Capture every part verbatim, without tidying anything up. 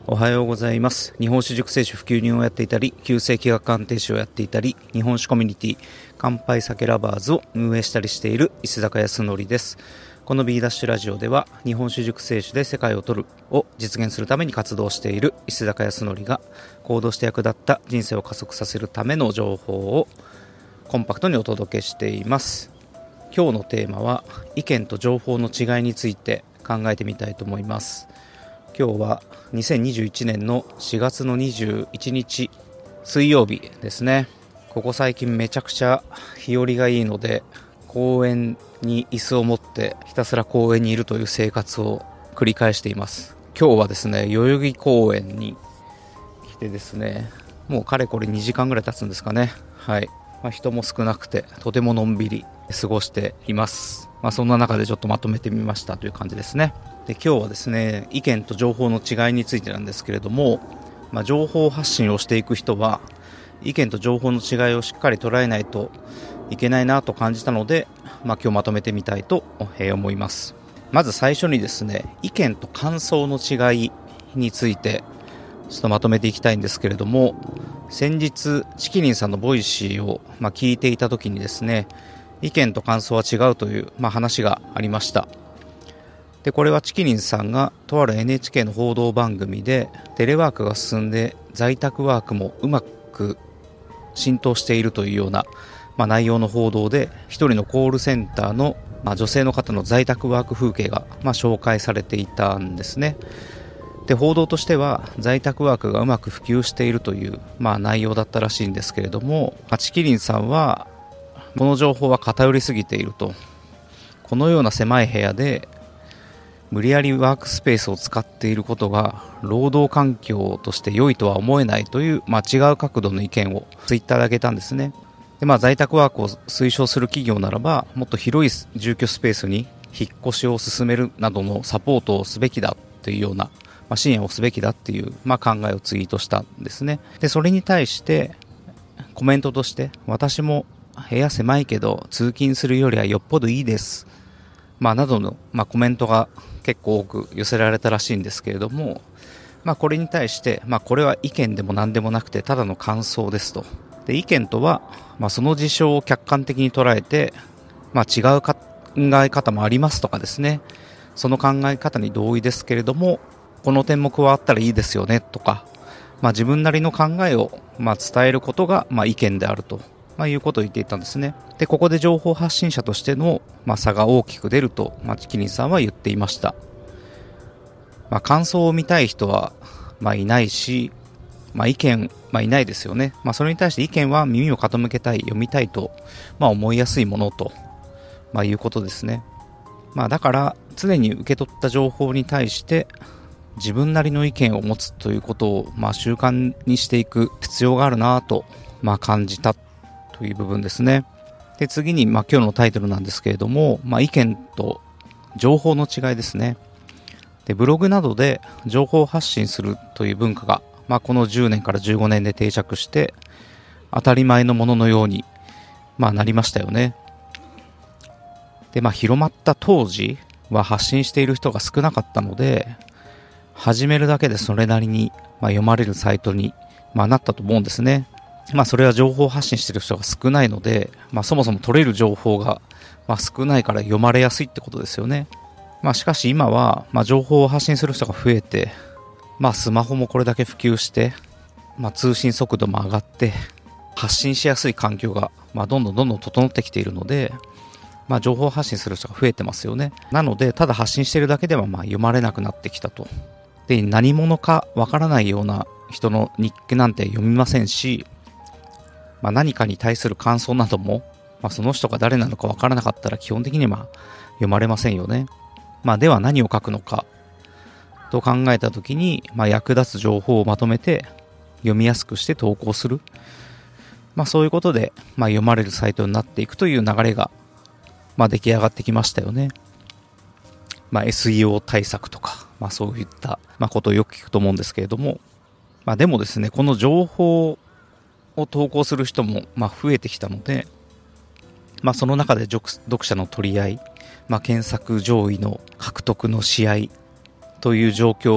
おはようございます。日本酒熟成酒普及人をやっていたり、旧世気学鑑定士をやっていたり、日本酒コミュニティ乾杯酒ラバーズを運営したりしている石坂康則です。この B ダッシュラジオでは、日本酒熟成酒で世界を取るを実現するために活動している石坂康則が、行動して役立った人生を加速させるための情報をコンパクトにお届けしています。今日のテーマは、意見と情報の違いについて考えてみたいと思います。今日はにせんにじゅういちねんのしがつのにじゅういちにち水曜日ですね。ここ最近めちゃくちゃ日和がいいので、公園に椅子を持ってひたすら公園にいるという生活を繰り返しています。今日はですね、代々木公園に来てですね、もうかれこれにじかんぐらい経つんですかね。はい、まあ、人も少なくてとてものんびり過ごしています。まあ、そんな中でちょっとまとめてみましたという感じですね。で、今日はですね、意見と情報の違いについてなんですけれども、まあ、情報発信をしていく人は意見と情報の違いをしっかり捉えないといけないなと感じたので、まあ、今日まとめてみたいと思います。まず最初にですね、意見と感想の違いについてちょっとまとめていきたいんですけれども、先日チキリンさんのボイシーをまあ聞いていた時にですね、意見と感想は違うというまあ話がありました。で、これはチキリンさんがとある エヌエイチケー の報道番組で、テレワークが進んで在宅ワークもうまく浸透しているというような、まあ、内容の報道で、一人のコールセンターの、まあ、女性の方の在宅ワーク風景が、まあ、紹介されていたんですね。で、報道としては在宅ワークがうまく普及しているという、まあ、内容だったらしいんですけれども、チキリンさんはこの情報は偏りすぎていると。このような狭い部屋で無理やりワークスペースを使っていることが労働環境として良いとは思えないという、まあ、違う角度の意見をツイッターで上げたんですね。で、まあ、在宅ワークを推奨する企業ならば、もっと広い住居スペースに引っ越しを進めるなどのサポートをすべきだというような、まあ、支援をすべきだっていう、まあ、考えをツイートしたんですね。で、それに対してコメントとして、私も部屋狭いけど通勤するよりはよっぽどいいです、まあ、などの、まあ、コメントが結構多く寄せられたらしいんですけれども、まあ、これに対して、まあ、これは意見でも何でもなくてただの感想ですと。で、意見とは、まあ、その事象を客観的に捉えて、まあ、違う考え方もありますとかですね、その考え方に同意ですけれども、この点も加わったらいいですよねとか、まあ、自分なりの考えを、まあ、伝えることが、まあ、意見であると、まあ、いうことを言っていたんですね。で、ここで情報発信者としての、まあ、差が大きく出ると、まあ、チキリンさんは言っていました。まあ、感想を見たい人は、まあ、いないし、まあ、意見、まあ、いないですよね。まあ、それに対して意見は耳を傾けたい、読みたいと、まあ、思いやすいものと、まあ、いうことですね。まあ、だから常に受け取った情報に対して自分なりの意見を持つということを、まあ、習慣にしていく必要があるなと、まあ、感じたという部分ですね。で、次に、まあ、今日のタイトルなんですけれども、まあ、意見と情報の違いですね。で、ブログなどで情報発信するという文化が、まあ、このじゅうねんからじゅうごねんで定着して当たり前のもののように、まあ、なりましたよね。で、まあ、広まった当時は発信している人が少なかったので、始めるだけでそれなりに、まあ、読まれるサイトに、まあ、なったと思うんですね。まあ、それは情報発信している人が少ないので、まあ、そもそも取れる情報が、まあ、少ないから読まれやすいってことですよね。まあ、しかし今は、まあ、情報を発信する人が増えて、まあ、スマホもこれだけ普及して、まあ、通信速度も上がって発信しやすい環境が、まあ、どんどんどんどん整ってきているので、まあ、情報発信する人が増えてますよね。なので、ただ発信しているだけではまあ読まれなくなってきたと。で、何者かわからないような人の日記なんて読みませんし、まあ、何かに対する感想なども、まあ、その人が誰なのかわからなかったら基本的にまあ読まれませんよね。まあ、では何を書くのかと考えたときに、まあ、役立つ情報をまとめて読みやすくして投稿する。まあ、そういうことで、まあ、読まれるサイトになっていくという流れが、まあ、出来上がってきましたよね。まあ、エスイーオー 対策とか、まあ、そういった、まあ、ことをよく聞くと思うんですけれども、まあ、でもですね、この情報を投稿する人も、まあ、増えてきたので、まあ、その中で読者の取り合い、まあ、検索上位の獲得の試合という状況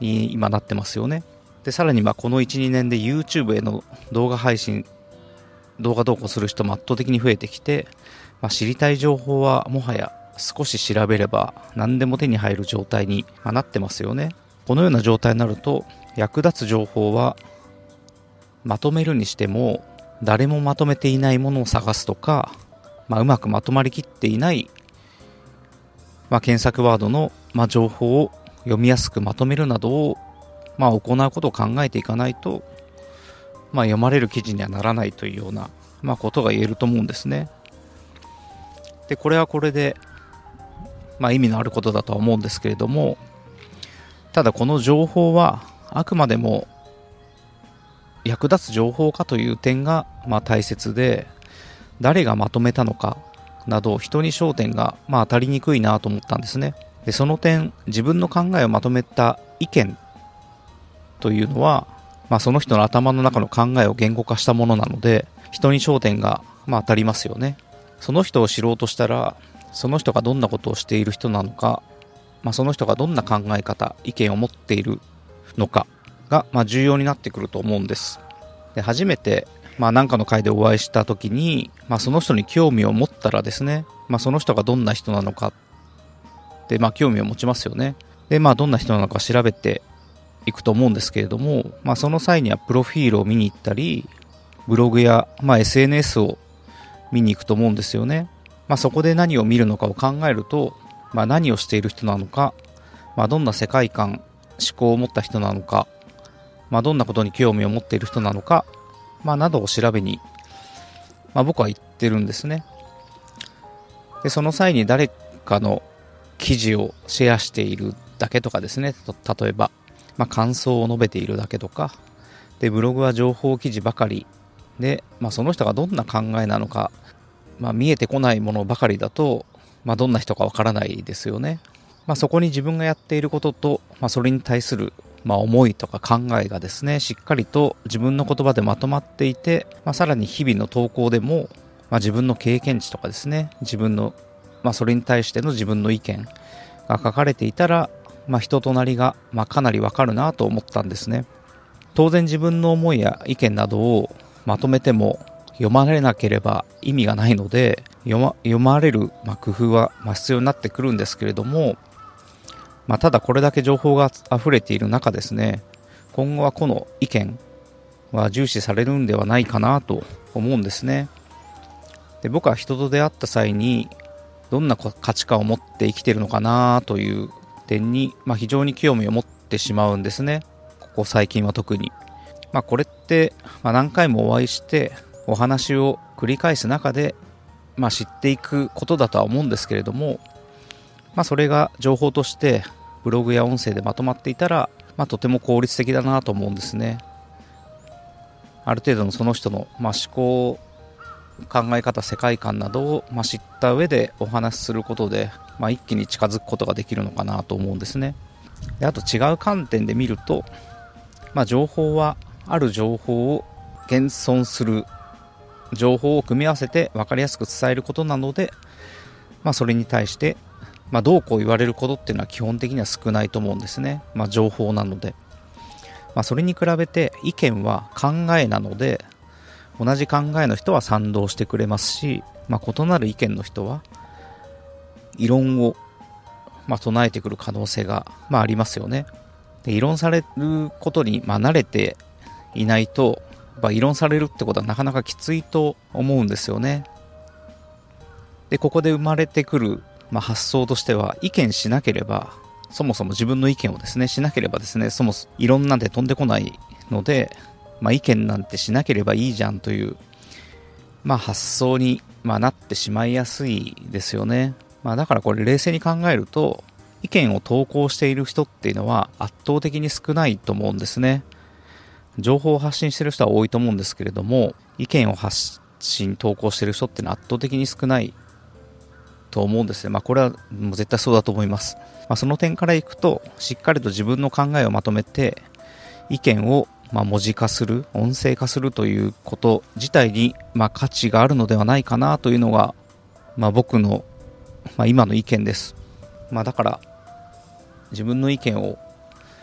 に今なってますよね。でさらにまあこの いちにねんで YouTube への動画配信動画投稿する人も圧倒的に増えてきて、まあ、知りたい情報はもはや少し調べれば何でも手に入る状態になってますよね。このような状態になると役立つ情報はまとめるにしても誰もまとめていないものを探すとか、まあ、うまくまとまりきっていない、まあ、検索ワードの、まあ、情報を読みやすくまとめるなどを、まあ、行うことを考えていかないと、まあ、読まれる記事にはならないというような、まあ、ことが言えると思うんですね。でこれはこれで、まあ、意味のあることだとは思うんですけれども、ただこの情報はあくまでも役立つ情報かという点がまあ大切で、誰がまとめたのかなど人に焦点がまあ当たりにくいなと思ったんですね。でその点、自分の考えをまとめた意見というのは、まあ、その人の頭の中の考えを言語化したものなので、人に焦点がまあ当たりますよね。その人を知ろうとしたら、その人がどんなことをしている人なのか、まあ、その人がどんな考え方、意見を持っているのかがまあ重要になってくると思うんです。で初めてまあ何かの会でお会いした時に、まあ、その人に興味を持ったらですね、まあ、その人がどんな人なのかで、まあ、興味を持ちますよね。で、まあ、どんな人なのか調べていくと思うんですけれども、まあ、その際にはプロフィールを見に行ったり、ブログや、まあ、エスエヌエス を見に行くと思うんですよね。まあ、そこで何を見るのかを考えると、まあ、何をしている人なのか、まあ、どんな世界観、思考を持った人なのか、まあ、どんなことに興味を持っている人なのか、まあ、などを調べに、まあ、僕は言ってるんですね。でその際に誰かの記事をシェアしているだけとかですね、例えば、まあ、感想を述べているだけとかで、ブログは情報記事ばかりで、まあ、その人がどんな考えなのか、まあ、見えてこないものばかりだと、まあ、どんな人かわからないですよね。まあ、そこに自分がやっていることと、まあ、それに対するまあ思いとか考えがですね、しっかりと自分の言葉でまとまっていて、まあ、さらに日々の投稿でも、まあ、自分の経験値とかですね、自分の、まあ、それに対しての自分の意見が書かれていたら、まあ、人となりが、まあ、かなりわかるなと思ったんですね。当然自分の思いや意見などをまとめても読まれなければ意味がないので、読ま、読まれる、まあ、工夫はまあ必要になってくるんですけれども、まあ、ただこれだけ情報が溢れている中ですね、今後はこの意見は重視されるんではないかなと思うんですね。で僕は人と出会った際にどんな価値観を持って生きているのかなという点に、まあ、非常に興味を持ってしまうんですね。ここ最近は特に。まあ、これって、まあ、何回もお会いしてお話を繰り返す中で、まあ、知っていくことだとは思うんですけれども、まあ、それが情報としてブログや音声でまとまっていたら、まあ、とても効率的だなと思うんですね。ある程度のその人の、まあ、思考、考え方、世界観などを、まあ、知った上でお話しすることで、まあ、一気に近づくことができるのかなと思うんですね。であと違う観点で見ると、まあ、情報はある情報を現存する情報を組み合わせて分かりやすく伝えることなので、まあ、それに対してまあ、どうこう言われることっていうのは基本的には少ないと思うんですね。まあ、情報なので、まあ、それに比べて意見は考えなので、同じ考えの人は賛同してくれますし、まあ、異なる意見の人は異論を、まあ、唱えてくる可能性が、まあ、ありますよね。で異論されることに、まあ、慣れていないと、まあ、異論されるってことはなかなかきついと思うんですよね。でここで生まれてくるまあ、発想としては、意見しなければ、そもそも自分の意見をですねしなければですね、そもそもいろんなんで飛んでこないので、まあ、意見なんてしなければいいじゃんという、まあ、発想に、まあ、なってしまいやすいですよね。まあ、だからこれ冷静に考えると、意見を投稿している人っていうのは圧倒的に少ないと思うんですね。情報を発信している人は多いと思うんですけれども、意見を発信投稿している人っていうのは圧倒的に少ないと思うんですね。まあ、これはもう絶対そうだと思います。まあ、その点からいくと、しっかりと自分の考えをまとめて意見をまあ文字化する、音声化するということ自体にまあ価値があるのではないかなというのが、まあ、僕のまあ今の意見です。まあ、だから自分の意見を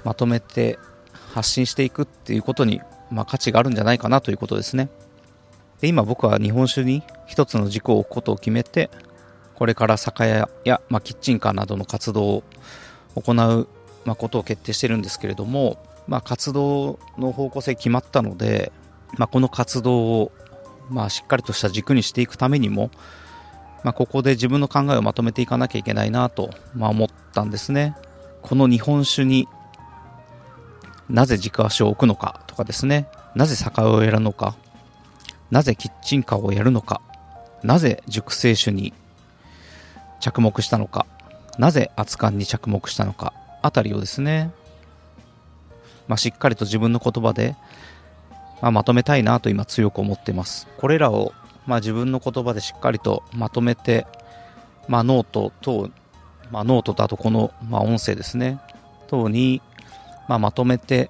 まとめて発信していくっていうことに、まあ、価値があるんじゃないかなということですね。で、今僕は日本酒に一つの軸を置くことを決めて、これから酒屋や、まあ、キッチンカーなどの活動を行う、まあ、ことを決定しているんですけれども、まあ、活動の方向性決まったので、まあ、この活動を、まあ、しっかりとした軸にしていくためにも、まあ、ここで自分の考えをまとめていかなきゃいけないなと、まあ、思ったんですね。この日本酒になぜ軸足を置くのかとかですね、なぜ酒屋をやるのか、なぜキッチンカーをやるのか、なぜ熟成酒に着目したのか、なぜ熱燗に着目したのかあたりをですね、まあ、しっかりと自分の言葉で、まあ、まとめたいなと今強く思っています。これらを、まあ、自分の言葉でしっかりとまとめて、まあ、ノート等、まあ、ノートとあとこの、まあ、音声ですね等に、まあ、まとめて、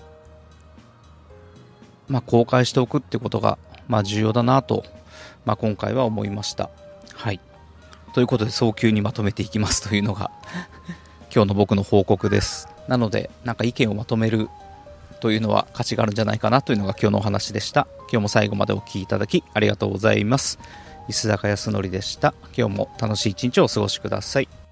まあ、公開しておくってことが、まあ、重要だなと、まあ、今回は思いました。はい。ということで早急にまとめていきますというのが今日の僕の報告です。なので、なんか意見をまとめるというのは価値があるんじゃないかなというのが今日のお話でした。今日も最後までお聞きいただきありがとうございます。石坂康則でした。今日も楽しい一日をお過ごしください。